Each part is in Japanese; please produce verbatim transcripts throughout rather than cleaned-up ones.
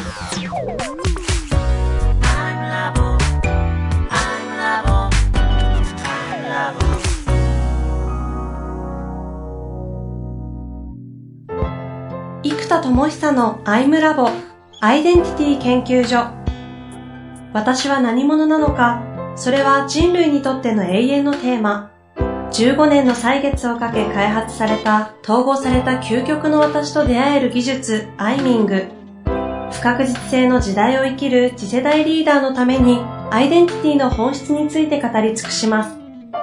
生田智久のアイムラボアイデンティティ研究所。私は何者なのか、それは人類にとっての永遠のテーマ。じゅうごねんの歳月をかけ開発された統合された究極の私と出会える技術アイミング。不確実性の時代を生きる次世代リーダーのためにアイデンティティの本質について語り尽くします。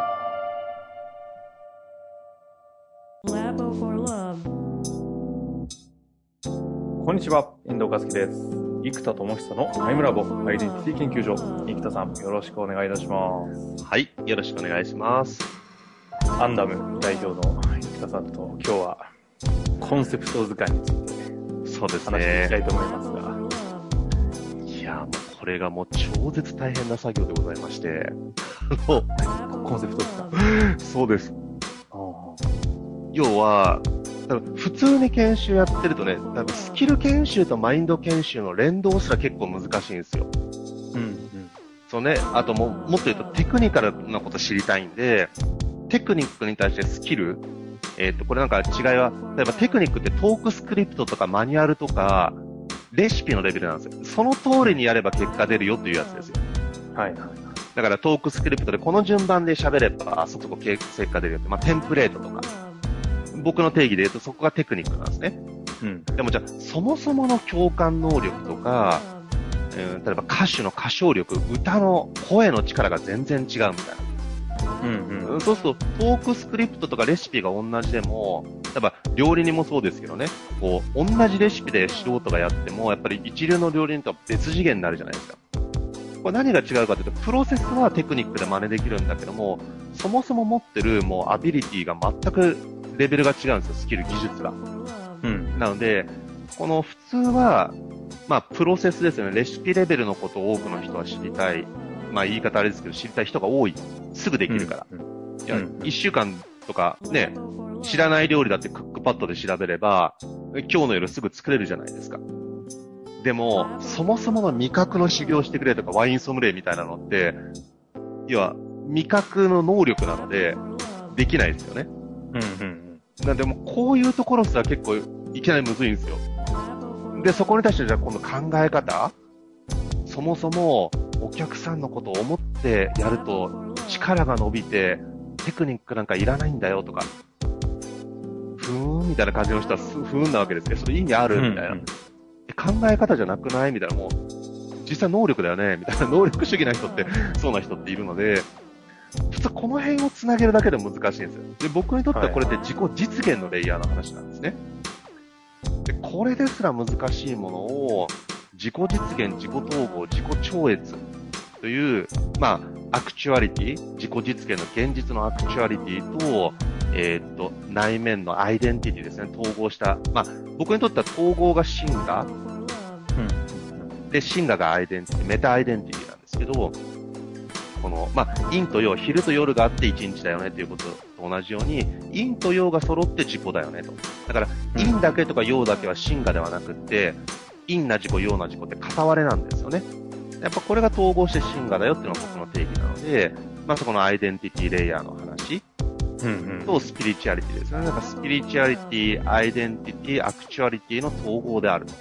こんにちは、遠藤和樹です。生田智久のアイムラボアイデンティティ研究所。生田さん、よろしくお願いいたします。 はい、よろしくお願いします。 アンダム代表の生田さんと今日はコンセプト図鑑についてそうです話していきたね。 いと思いますが、 いや、もうこれがもう超絶大変な作業でございまして。あのコンセプト図鑑。 そうです。 あー要は、多分普通に研修やってるとね、多分スキル研修とマインド研修の連動すら結構難しいんですよ。 うんうん。 そうね、あとも、もっと言うとテクニカルなこと知りたいんで、テクニックに対してスキル、えっと、これなんか違いは、例えばテクニックってトークスクリプトとかマニュアルとか、レシピのレベルなんですよ。その通りにやれば結果出るよというやつですよ。 はいはい。 だからトークスクリプトでこの順番で喋れば、あそこそこ結果出るよって。まあ、テンプレートとか。僕の定義で言うとそこがテクニックなんですね。 うん。 でもじゃあ、そもそもの共感能力とか、うん、例えば歌手の歌唱力、歌の声の力が全然違うみたいな。 うんうん。 そうすると、トークスクリプトとかレシピが同じでも、やっぱ料理人もそうですけどね、こう、同じレシピで素人がやっても、やっぱり一流の料理人とは別次元になるじゃないですか。これ何が違うかというと、プロセスはテクニックで真似できるんだけども、そもそも持ってるもうアビリティが全くレベルが違うんですよ、スキル、技術が。 うん。 なので、この普通は、まあ、プロセスですよね。レシピレベルのことを多くの人は知りたい。まあ、言い方あれですけど、知りたい人が多い。すぐできるから。 うんうんいや、 うん一週間とかね、知らない料理だってクックパッドで調べれば、今日の夜すぐ作れるじゃないですか。でも、そもそもの味覚の修行してくれとか、ワインソムリエみたいなのって、要は、味覚の能力なので、できないですよね。 うんうんなんで、もうこういうところすら結構、いきなりむずいんですよ。で、そこに対してじゃあ今度考え方、そもそもお客さんのことを思ってやると力が伸びてテクニックなんかいらないんだよとか、ふーんみたいな感じの人はふーんなわけですけど、それ意味あるみたいな、 うんうん考え方じゃなくないみたいな、もう実際能力だよねみたいな、能力主義な人ってそうな人っているので、普通この辺をつなげるだけで難しいんですよ。で、僕にとってはこれって自己実現のレイヤーの話なんですね。で、これですら難しいものを自己実現、自己統合、自己超越という、まあ、アクチュアリティ、自己実現の現実のアクチュアリティと、えーっと、内面のアイデンティティですね、統合した。まあ、僕にとっては統合が真我、 うんで、真我がアイデンティティ、メタアイデンティティなんですけど、この、まあ、陰と陽、昼と夜があって一日だよねということと同じように、陰と陽が揃って自己だよねと。だから、陰だけとか陽だけは真我ではなくって、陰な自己、陽な自己って片割れなんですよね。やっぱこれが統合して真我だよっていうのが僕の定義なので、まずこのアイデンティティレイヤーの話うんうん。 とスピリチュアリティですね。なんかスピリチュアリティ、アイデンティティ、アクチュアリティの統合であると。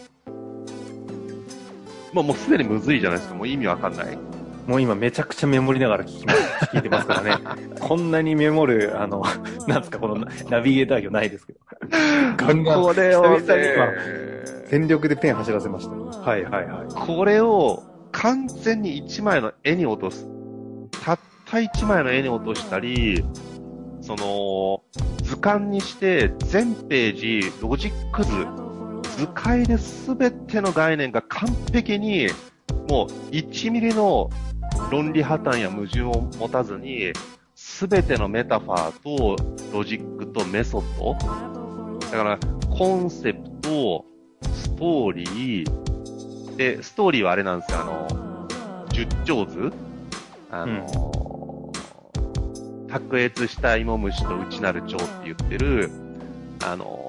まあもうすでにむずいじゃないですか。もう意味わかんない。 もう今めちゃくちゃメモりながら聞きます、聞いてますからね。こんなにメモる、あの、なんですか、このナビゲーター業ないですけど。ガンガン、 これをね久々に今、全力でペン走らせました。はいはいはい。 これを完全に一枚の絵に落とす。たった一枚の絵に落としたり、その、図鑑にして全ページロジック図、図解で全ての概念が完璧に、もういちミリの論理破綻や矛盾を持たずに、全てのメタファーとロジックとメソッド、だからコンセプト、ストーリー、で、ストーリーはあれなんですよ、あの、十丁図あの、うん、卓越した芋虫と内なる蝶って言ってる、あの、ス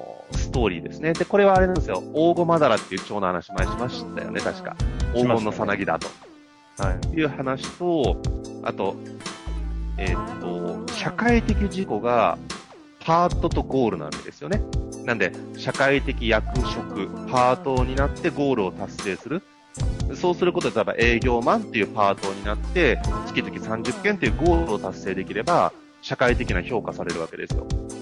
ストーリーですね。で、これはあれなんですよ。黄金マダラっていう蝶の話前しましたよね、確か。黄金のさなぎだと。はい。いう話と、あと、えーっと、社会的自己がパートとゴールなわけですよね。なんで、社会的役職、パートになってゴールを達成する。そうすることで、例えば営業マンっていうパートになって、月々さんじゅっけんっていうゴールを達成できれば、社会的な評価されるわけですよ。うん。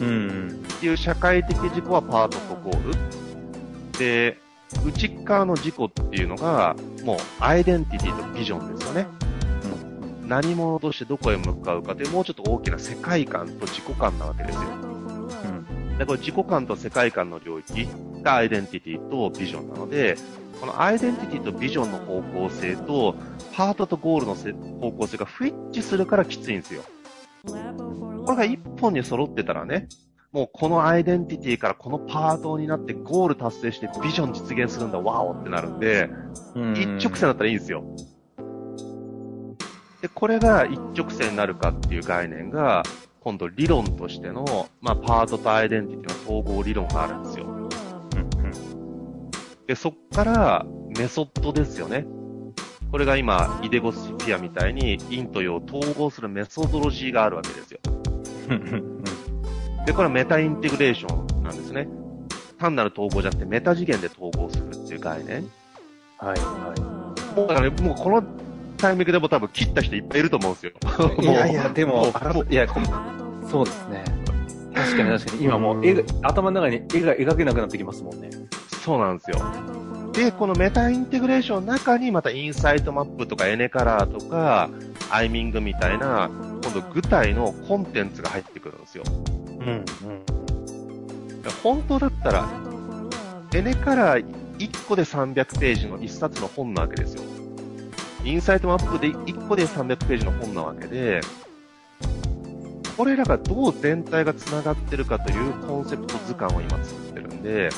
っていう社会的自己はパートとゴール。で、内側の自己っていうのが、もうアイデンティティとビジョンですよね。うん、何者としてどこへ向かうかという、もうちょっと大きな世界観と自己観なわけですよ。うん。で、これ自己観と世界観の領域がアイデンティティとビジョンなので、このアイデンティティとビジョンの方向性と、パートとゴールの方向性が不一致するからきついんですよ。これが一本に揃ってたらね、もうこのアイデンティティからこのパートになってゴール達成してビジョン実現するんだ、ワオってなるんで、一直線だったらいいんですよ。で、これが一直線になるかっていう概念が、今度理論としての、まあ、パートとアイデンティティの統合理論があるんですよ。で、そっからメソッドですよね。これが今、イデゴスフィアみたいに陰と陽を統合するメソドロジーがあるわけですよ。で、これはメタインテグレーションなんですね。単なる統合じゃなくてメタ次元で統合するっていう概念。はい、はい。もうだからね、もうこのタイミングでも多分切った人いっぱいいると思うんですよ。 いやいや、でも、もいや、そうですね。確かに確かに。今もう絵が、頭の中に絵が描けなくなってきますもんね。 そうなんですよ。で、このメタインテグレーションの中にまたインサイトマップとかエネカラーとかアイミングみたいな今度具体のコンテンツが入ってくるんですよ。うん、うん。本当だったらエネカラーいっこでさんびゃくページのいっさつの本なわけですよ。インサイトマップでいっこでさんびゃくページの本なわけで、これらがどう全体が繋がってるかというコンセプト図鑑を今作ってるんで、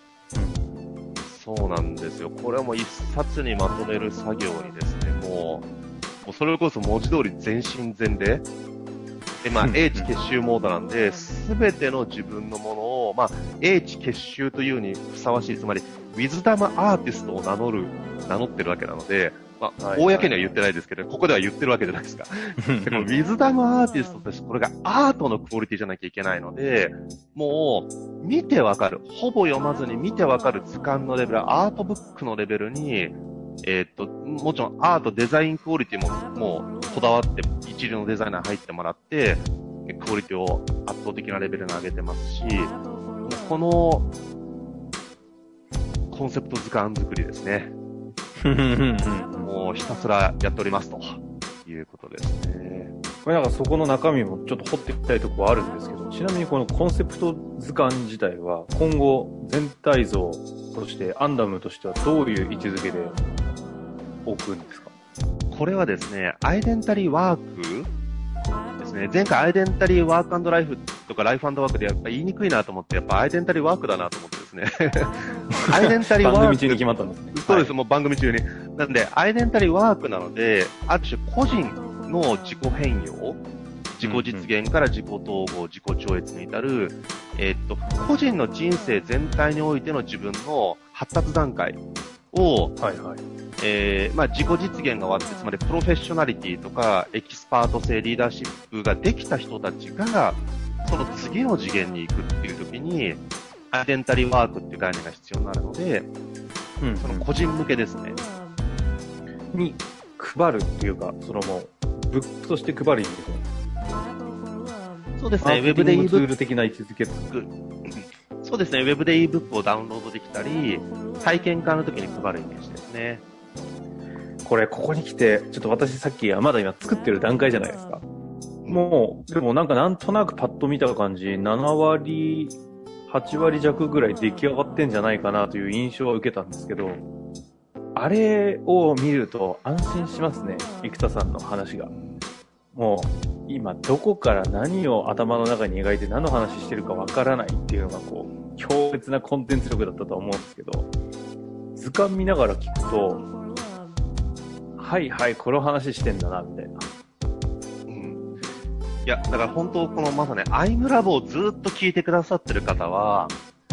そうなんですよ。これはもう一冊にまとめる作業にですね、もう、もうそれこそ文字通り全身全霊。で、まあ、英知結集モードなんで、すべての自分のものを、まあ、英知結集というにふさわしい、つまり、ウィズダムアーティストを名乗る、名乗ってるわけなので、まあ、はいはい、公には言ってないですけど、ここでは言ってるわけじゃないですか。でも、ウィズダムアーティストとして、これがアートのクオリティじゃなきゃいけないので、もう、見てわかる。ほぼ読まずに見てわかる図鑑のレベル、アートブックのレベルに、えー、っと、もちろんアート、デザインクオリティも、もう、こだわって、一流のデザイナー入ってもらって、クオリティを圧倒的なレベルに上げてますし、この、コンセプト図鑑作りですね。もうひたすらやっておりますということですね。 これなんかそこの中身もちょっと掘っていきたいところはあるんですけど、ちなみにこのコンセプト図鑑自体は今後全体像としてアンダムとしてはどういう位置づけで置くんですか？ これはですね、アイデンタリーワークですね。前回アイデンタリーワーク&ライフとかライフ&ワークでやっぱ言いにくいなと思って、やっぱアイデンタリーワークだなと思ってですね。アイデンタリーワーク。 番組中に決まったんですね。 そうです、はい、もう番組中に。なんで、アイデンタリーワークなので、ある種個人の自己変容、自己実現から自己統合、自己超越に至る、えー、っと、個人の人生全体においての自分の発達段階を、はいはい。えー、まあ、自己実現が終わって、つまりプロフェッショナリティとか、エキスパート性リーダーシップができた人たちが、その次の次元に行くっていう時に、アイデンタリーワークっていう概念が必要になるので、うん、その個人向けですね。 に配るっていうか、そのもう、ブックとして配るんですね。 そうですね、ウェブで e ツール的な位置づけつく。 そうですね、ウェブで e ブックをダウンロードできたり、体験会の時に配るイメージですね。 これ、ここに来て、ちょっと私さっき、まだ今作ってる段階じゃないですか。もう、でもなんかなんとなくパッと見た感じ、ななわり、はちわり弱ぐらい出来上がってんじゃないかなという印象は受けたんですけど、あれを見ると安心しますね、生田さんの話が。もう、今どこから何を頭の中に描いて何の話してるかわからないっていうのがこう、強烈なコンテンツ力だったと思うんですけど、図鑑見ながら聞くと、はいはい、この話してんだな、みたいな。 うん。いや、だから本当このまさね、アイムラボをずっと聞いてくださってる方は、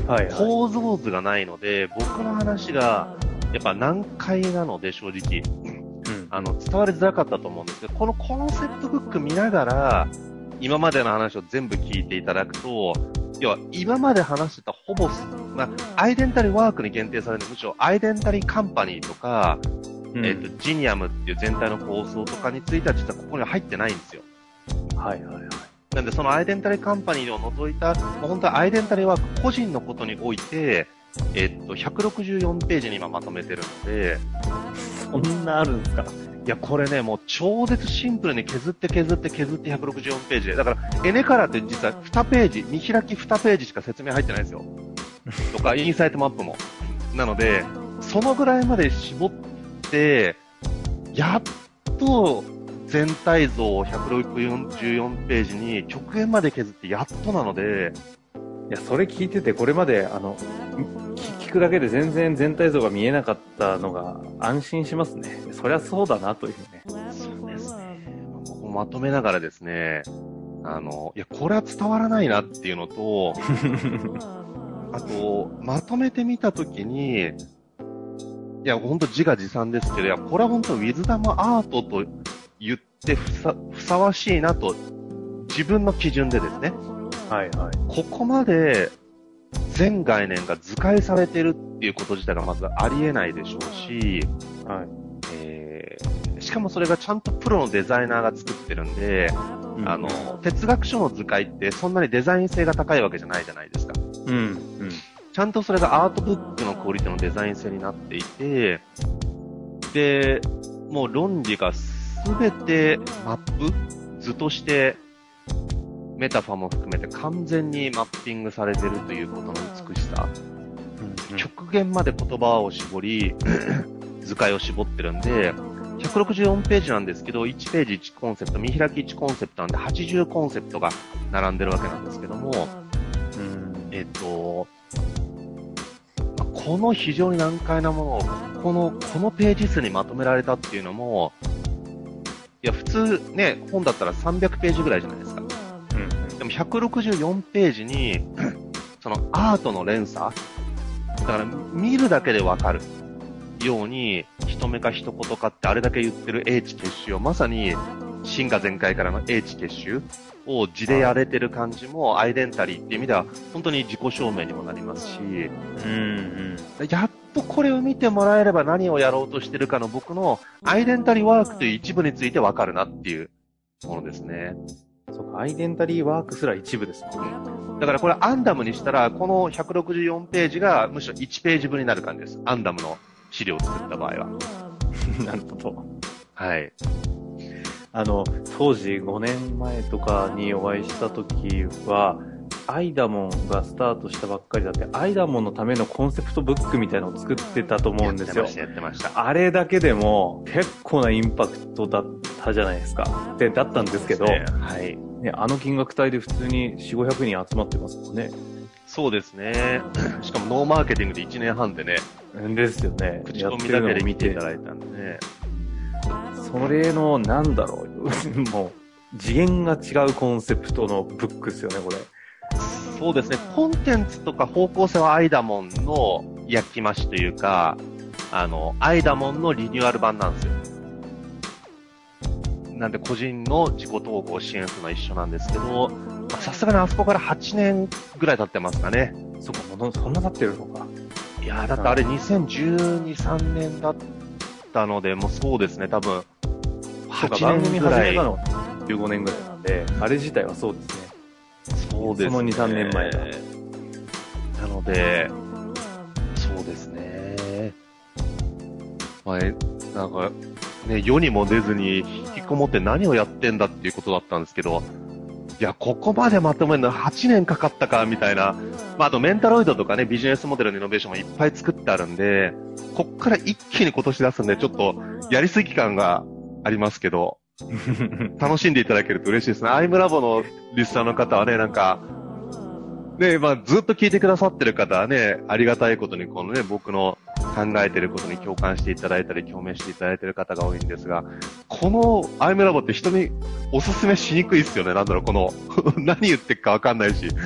はいはい。 構造図がないので、僕の話が、やっぱ難解なので、正直。 うん。 あの、伝わりづらかったと思うんですけど、このコンセプトブック見ながら、今までの話を全部聞いていただくと、要は、今まで話してたほぼ、まあ、アイデンタリーワークに限定されるむしろアイデンタリーカンパニーとか、 うん、 えっと、ジニアムっていう全体の構想とかについては実はここには入ってないんですよ。 はいはいはい。 なんでそのアイデンタリーカンパニーを除いた、もう本当はアイデンタリーワーク個人のことにおいて、えっと、ひゃくろくじゅうよんページに今まとめてるので、 そんなあるんですか？ いや、これね、もう超絶シンプルに削って削って削ってひゃくろくじゅうよんページで、だから、エネカラーって実はにページ、見開きにページしか説明入ってないんですよ。とか、インサイトマップも。なので、そのぐらいまで絞って、やっと全体像をひゃくろくじゅうよんページに極限まで削ってやっとなので、 いや、それ聞いてて、これまで、あの、聞くだけで全然全体像が見えなかったのが安心しますね。そりゃそうだなというね。 そうですね。ここまとめながらですね、あの、いや、これは伝わらないなっていうのと、あと、まとめてみたときに、いや、ほんと自画自賛ですけど、いや、これはほんとウィズダムアートと言ってふさ、ふさわしいなと、自分の基準でですね、 はいはい。 ここまで全概念が図解されてるっていうこと自体がまずありえないでしょうし、 はい。 えー、しかもそれがちゃんとプロのデザイナーが作ってるんで、うん、あの、哲学書の図解ってそんなにデザイン性が高いわけじゃないじゃないですか。 うん。うん。 ちゃんとそれがアートブックのクオリティのデザイン性になっていて、で、もう論理がすべてマップ図としてメタファーも含めて完全にマッピングされてるということの美しさ。うんうん、極限まで言葉を絞り、図解を絞ってるんで、ひゃくろくじゅうよんページなんですけど、いちページいちコンセプト、見開きいちコンセプトなんではちじゅうコンセプトが並んでるわけなんですけども、うん、えっと、この非常に難解なものを、この、このページ数にまとめられたっていうのも、いや、普通ね、本だったらさんびゃくページぐらいじゃないですか。でもひゃくろくじゅうよんページに、そのアートの連鎖、だから見るだけでわかるように、一目か一言かってあれだけ言ってる英知結集をまさに、進化全開からの英知結集を字でやれてる感じもアイデンタリーっていう意味では本当に自己証明にもなりますし、うんうん、やっとこれを見てもらえれば何をやろうとしてるかの僕のアイデンタリーワークという一部についてわかるなっていうものですね。 そうか、アイデンタリーワークすら一部ですもんね。 だからこれアンダムにしたら、このひゃくろくじゅうよんページがむしろいちページ分になる感じです。アンダムの資料を作った場合は。 なるほど。 はい。 あの、当時ごねんまえとかにお会いした時は、アイダモンがスタートしたばっかりだって、アイダモンのためのコンセプトブックみたいなのを作ってたと思うんですよ。 やってました、やってました。 あれだけでも結構なインパクトだったじゃないですか。で、だったんですけど、 ね、はい。 ね、あの金額帯で普通によんひゃく、ごひゃくにん集まってますもんね。 そうですね。しかもノーマーケティングでいちねんはんでね。 ですよね。 口コミだけで見ていただいたんでね。 それの、なんだろう、もう、次元が違うコンセプトのブックですよね、これ。 そうですね。コンテンツとか方向性はアイダモンの焼き増しというか、あの、アイダモンのリニューアル版なんですよ。なんで個人の自己統合を支援するのは一緒なんですけど、さすがにあそこからはちねんぐらい経ってますかね。 そっか、もうそんな経ってるのか。 いやー、だってあれにせんじゅうに、さんねんだったので、もうそうですね、多分、はちねんぐらい。 番組始めたのじゅうごねんぐらいなんで、あれ自体はそうですね。 そうですね。 そのに、さんねんまえだ。 なので、そうですね。まあ、なんか、ね、世にも出ずに引きこもって何をやってんだっていうことだったんですけど、いや、ここまでまとめるのはちねんかかったか、みたいな。まあ、あとメンタロイドとかね、ビジネスモデルのイノベーションもいっぱい作ってあるんで、こっから一気に今年出すんで、ちょっとやりすぎ感がありますけど、楽しんでいただけると嬉しいですね。アイムラボのリスナーの方はね、なんか、ね、まあ、ずっと聞いてくださってる方はね、ありがたいことにこのね、僕の考えてることに共感していただいたり、共鳴していただいてる方が多いんですが、このアイムラボって人におすすめしにくいですよね。なんだろう、この、何言ってるかわかんないし、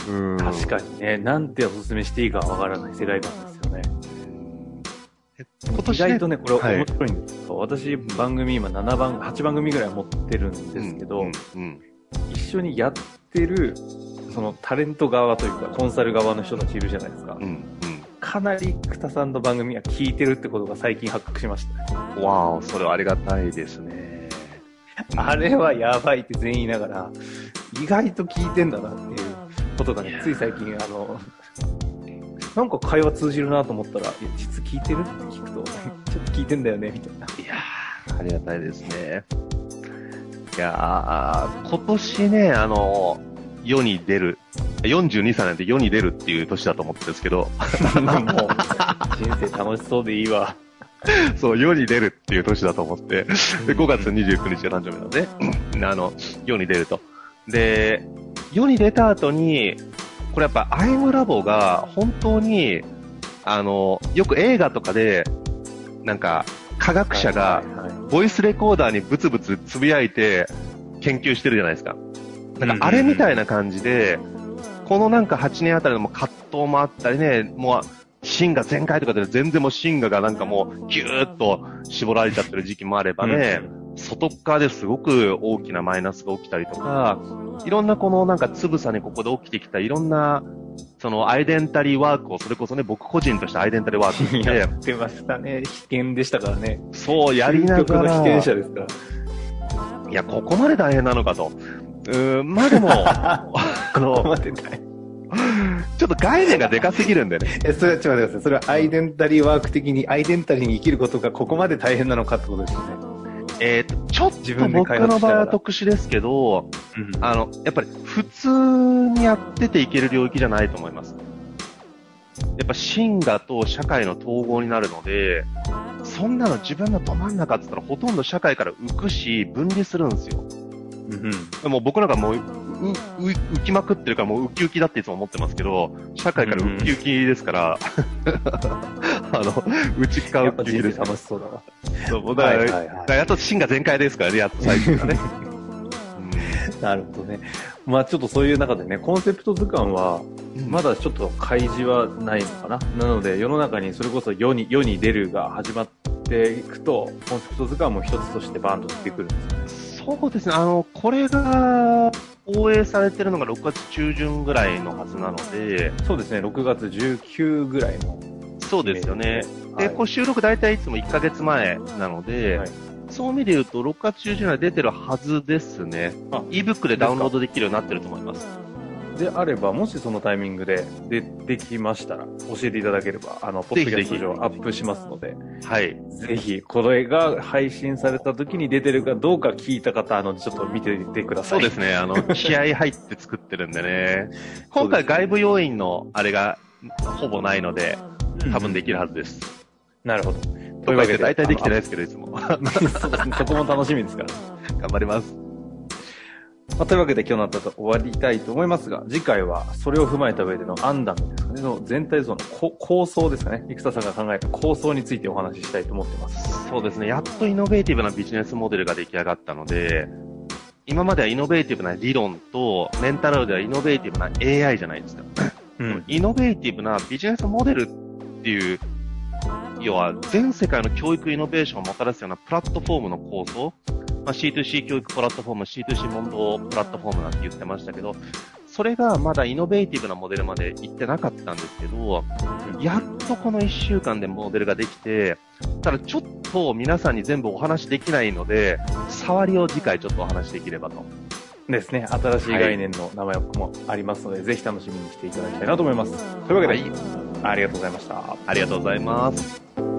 うん。 確かにね、なんておすすめしていいかわからない世界観ですよね。 今年意外とね、これはい面白いんですけど、私番組今ななばん、はちばん組ぐらい持ってるんですけど、 うんうん一緒にやってる、そのタレント側というか、コンサル側の人たちいるじゃないですか。 うんうんかなり生田さんの番組が聞いてるってことが最近発覚しましたね。 うん。わあ、それはありがたいですね。 あれはやばいって全員言いながら、意外と聞いてんだなっていうことがね、つい最近、あの、なんか会話通じるなと思ったら、いや実聞いてるって聞くと、ちょっと聞いてんだよね、みたいな。 いやー、ありがたいですね。いやー、今年ね、あの、世に出る、よんじゅうにさいなんで世に出るっていう年だと思ってるんですけど、 もう、人生楽しそうでいいわ。 そう、世に出るっていう年だと思って、で、ごがつにじゅうくにちが誕生日なので、あの、世に出ると。で、世に出た後に、これやっぱアイムラボが本当に、あの、よく映画とかで、なんか、科学者が、ボイスレコーダーにブツブツつぶやいて研究してるじゃないですか。なんかあれみたいな感じで、このなんかはちねんあたりのも葛藤もあったりね、もう、芯が全開とかで全然もう芯がなんかもうギューッと絞られちゃってる時期もあればね、外側ですごく大きなマイナスが起きたりとか、いろんなこのなんかつぶさにここで起きてきたいろんな、そのアイデンタリーワークを、それこそね、僕個人としてアイデンタリーワークやで、 ってましたね。危険でしたからね。 そうやりながら、 究極の被験者ですから。 いや、ここまで大変なのかと。うーん、まあでも、あの、 待ってない。 ちょっと概念がでかすぎるんでね。 え、それは、ちょっと待ってください。それはアイデンタリーワーク的に、アイデンタリーに生きることがここまで大変なのかってことですよね。 えっと、ちょっ自と分で開発僕の場合しながらは特殊ですけど、 うんあの、やっぱり普通にやってていける領域じゃないと思います。やっぱ真我と社会の統合になるので、そんなの自分のど真ん中って言ったらほとんど社会から浮くし、分離するんですよ。 うんもう僕なんかもう、う、う、浮きまくってるからもうウキウキだっていつも思ってますけど、社会からウキウキですから、あの、内側やっぱ人生ウキウキです。 楽しそうだな。 そう、もうだから、 はいはいはいだからやっと芯が全開ですからね、やっと最近はね。 なるほどね。まあちょっとそういう中でね、コンセプト図鑑は、まだちょっと開示はないのかな。なので世の中にそれこそ世に、世に出るが始まっていくと、コンセプト図鑑も一つとしてバーンと出てくるんですよね。 そうですね、あの、これが、放映されてるのがろくがつちゅうじゅんぐらいのはずなので、 そうですね、ろくがつじゅうくにちぐらいの。 そうですよね。で、 はいこう収録大体いつもいっかげつまえなので、 はいそういう意味で言うと、ろくがつちゅうじゅんには出てるはずですね。 あ ebook でダウンロードできるようになってると思います。 であれば、もしそのタイミングで出てきましたら、教えていただければ、あの、ポッドキャスト上アップしますので、 はい。 ぜひ、これが配信された時に出てるかどうか聞いた方、あの、ちょっと見てみてください。 そうですね、あの、気合入って作ってるんでね。今回外部要員のあれがほぼないので、多分できるはずです。 なるほど。 というわけで大体できてないですけど、いつも。 そうですね、そこも楽しみですから。 頑張ります。 まあ、というわけで今日のあったと終わりたいと思いますが、次回はそれを踏まえた上でのアンダムですかね、の全体像のこ構想ですかね、生田さんが考えた構想についてお話ししたいと思ってます。 そうですね、やっとイノベーティブなビジネスモデルが出来上がったので、今まではイノベーティブな理論と、メンタルではイノベーティブな エーアイ じゃないですか。 うん。 イノベーティブなビジネスモデルっていう、要は全世界の教育イノベーションをもたらすようなプラットフォームの構想、まあ、シーツーシー 教育プラットフォーム、シーツーシー 問答プラットフォームなんて言ってましたけど、それがまだイノベーティブなモデルまで行ってなかったんですけど、やっとこのいっしゅうかんでモデルができて、ただちょっと皆さんに全部お話できないので、触りを次回ちょっとお話できればと。 ですね、新しい概念の名前もありますので、はい、ぜひ楽しみにしていただきたいなと思います。というわけで、はい、ありがとうございました。 ありがとうございます。